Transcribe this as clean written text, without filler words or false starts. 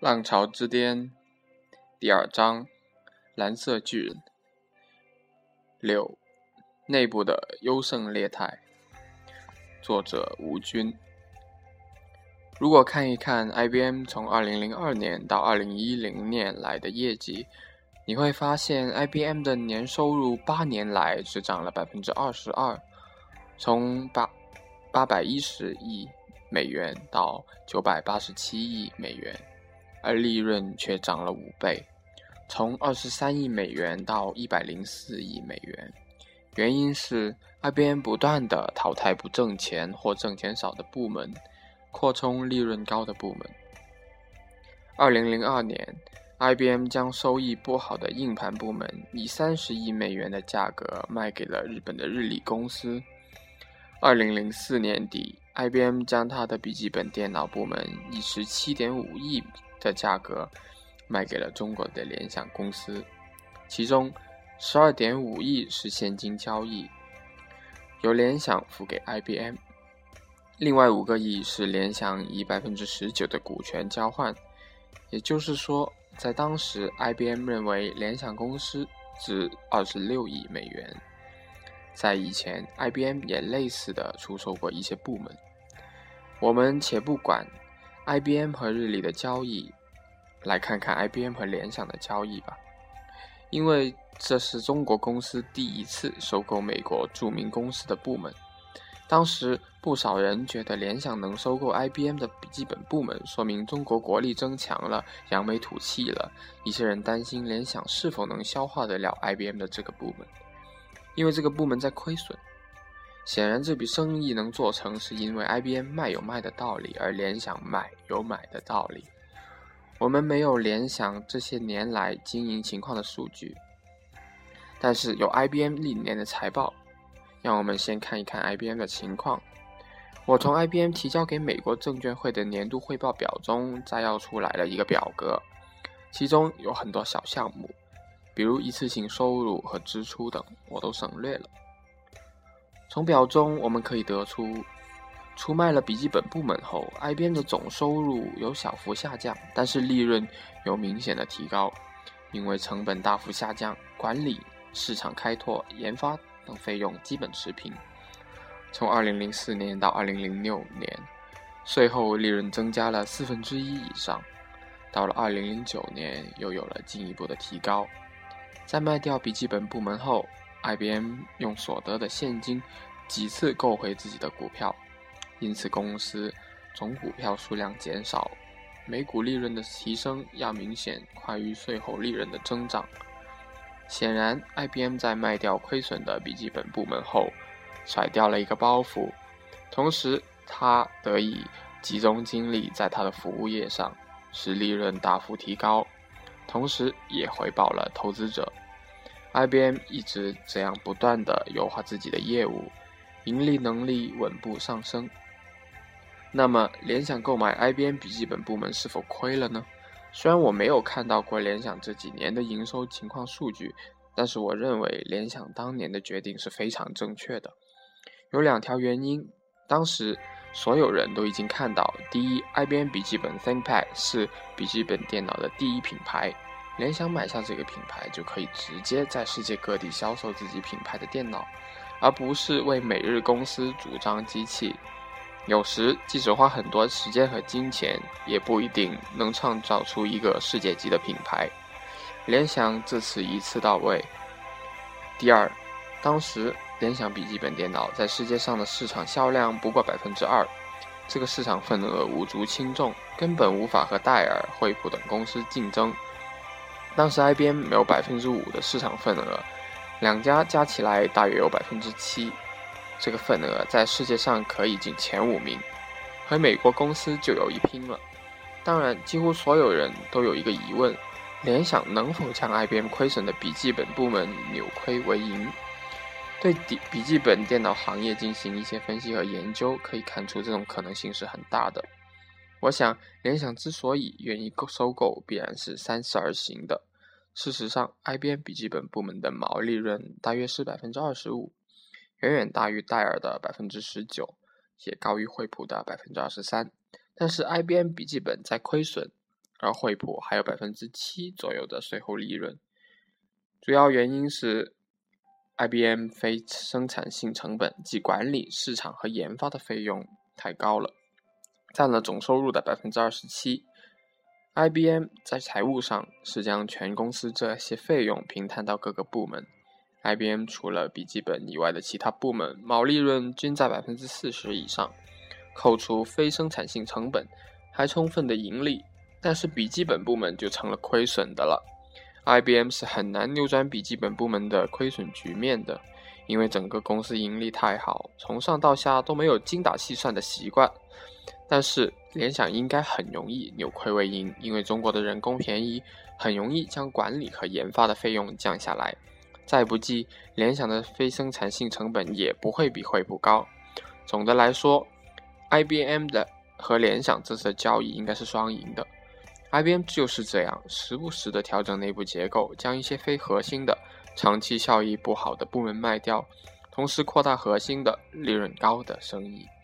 浪潮之巅第2章，蓝色巨人。6. 内部的优胜劣汰。作者吴军。如果看一看 IBM 从2002年到2010年来的业绩，你会发现 IBM 的年收入8年来只涨了 22%， 从810亿美元到987亿美元，而利润却涨了5倍，从23亿美元到104亿美元。原因是 IBM 不断地淘汰不挣钱或挣钱少的部门，扩充利润高的部门。2002年 IBM 将收益不好的硬盘部门以30亿美元的价格卖给了日本的日立公司。2004年底 IBM 将它的笔记本电脑部门以17.5亿的价格卖给了中国的联想公司，其中12.5亿是现金交易，由联想付给 IBM， 另外5个亿是联想以 19% 的股权交换。也就是说，在当时 IBM 认为联想公司值26亿美元。在以前 IBM 也类似的出售过一些部门。我们且不管 IBM 和日立的交易，来看看 IBM 和联想的交易吧。因为这是中国公司第一次收购美国著名公司的部门。当时不少人觉得联想能收购 IBM 的笔记本部门，说明中国国力增强了，扬眉吐气了。一些人担心联想是否能消化得了 IBM 的这个部门，因为这个部门在亏损。显然这笔生意能做成，是因为 IBM 卖有卖的道理，而联想买有买的道理。我们没有联想这些年来经营情况的数据，但是有 IBM 历年的财报。让我们先看一看 IBM 的情况。我从 IBM 提交给美国证券会的年度汇报表中摘要出来了一个表格，其中有很多小项目，比如一次性收入和支出等，我都省略了。从表中我们可以得出，出卖了笔记本部门后 IBM 的总收入有小幅下降，但是利润有明显的提高，因为成本大幅下降，管理、市场开拓、研发等费用基本持平。从2004年到2006年，税后利润增加了1/4以上，到了2009年又有了进一步的提高。在卖掉笔记本部门后， IBM 用所得的现金几次购回自己的股票，因此公司总股票数量减少，每股利润的提升要明显快于税后利润的增长。显然 IBM 在卖掉亏损的笔记本部门后甩掉了一个包袱，同时他得以集中精力在他的服务业上，使利润大幅提高，同时也回报了投资者。 IBM 一直这样不断地优化自己的业务，盈利能力稳步上升。那么联想购买 IBM 笔记本部门是否亏了呢？虽然我没有看到过联想这几年的营收情况数据，但是我认为联想当年的决定是非常正确的。有2条原因，当时所有人都已经看到，第一， IBM 笔记本 ThinkPad 是笔记本电脑的第一品牌，联想买下这个品牌就可以直接在世界各地销售自己品牌的电脑，而不是为美日公司主张机器。有时即使花很多时间和金钱，也不一定能创造出一个世界级的品牌。联想这次一次到位。第二，当时联想笔记本电脑在世界上的市场销量不过 2%， 这个市场份额无足轻重，根本无法和戴尔、惠普等公司竞争。当时 IBM 没有 5% 的市场份额，两家加起来大约有 7%，这个份额在世界上可以进前5名，和美国公司就有一拼了。当然，几乎所有人都有一个疑问，联想能否将 IBM 亏损的笔记本部门扭亏为盈？对笔记本电脑行业进行一些分析和研究，可以看出这种可能性是很大的。我想，联想之所以愿意收购，必然是三思而行的。事实上 IBM 笔记本部门的毛利润大约是 25%，远远大于戴尔的 19%， 也高于惠普的 23%。但是 IBM 笔记本在亏损， 而惠普还有 7% 左右的税后利润。主要原因是 IBM 非生产性成本即管理、市场和研发的费用太高了，占了总收入的 27%。 IBM 在财务上是将全公司这些费用平摊到各个部门。IBM 除了笔记本以外的其他部门毛利润均在 40% 以上，扣除非生产性成本还充分的盈利，但是笔记本部门就成了亏损的了。IBM 是很难扭转笔记本部门的亏损局面的，因为整个公司盈利太好，从上到下都没有精打细算的习惯。但是联想应该很容易扭亏为盈，因为中国的人工便宜，很容易将管理和研发的费用降下来。再不济，联想的非生产性成本也不会比惠普高。总的来说， IBM 的和联想这次的交易应该是双赢的。IBM 就是这样，时不时的调整内部结构，将一些非核心的、长期效益不好的部门卖掉，同时扩大核心的、利润高的生意。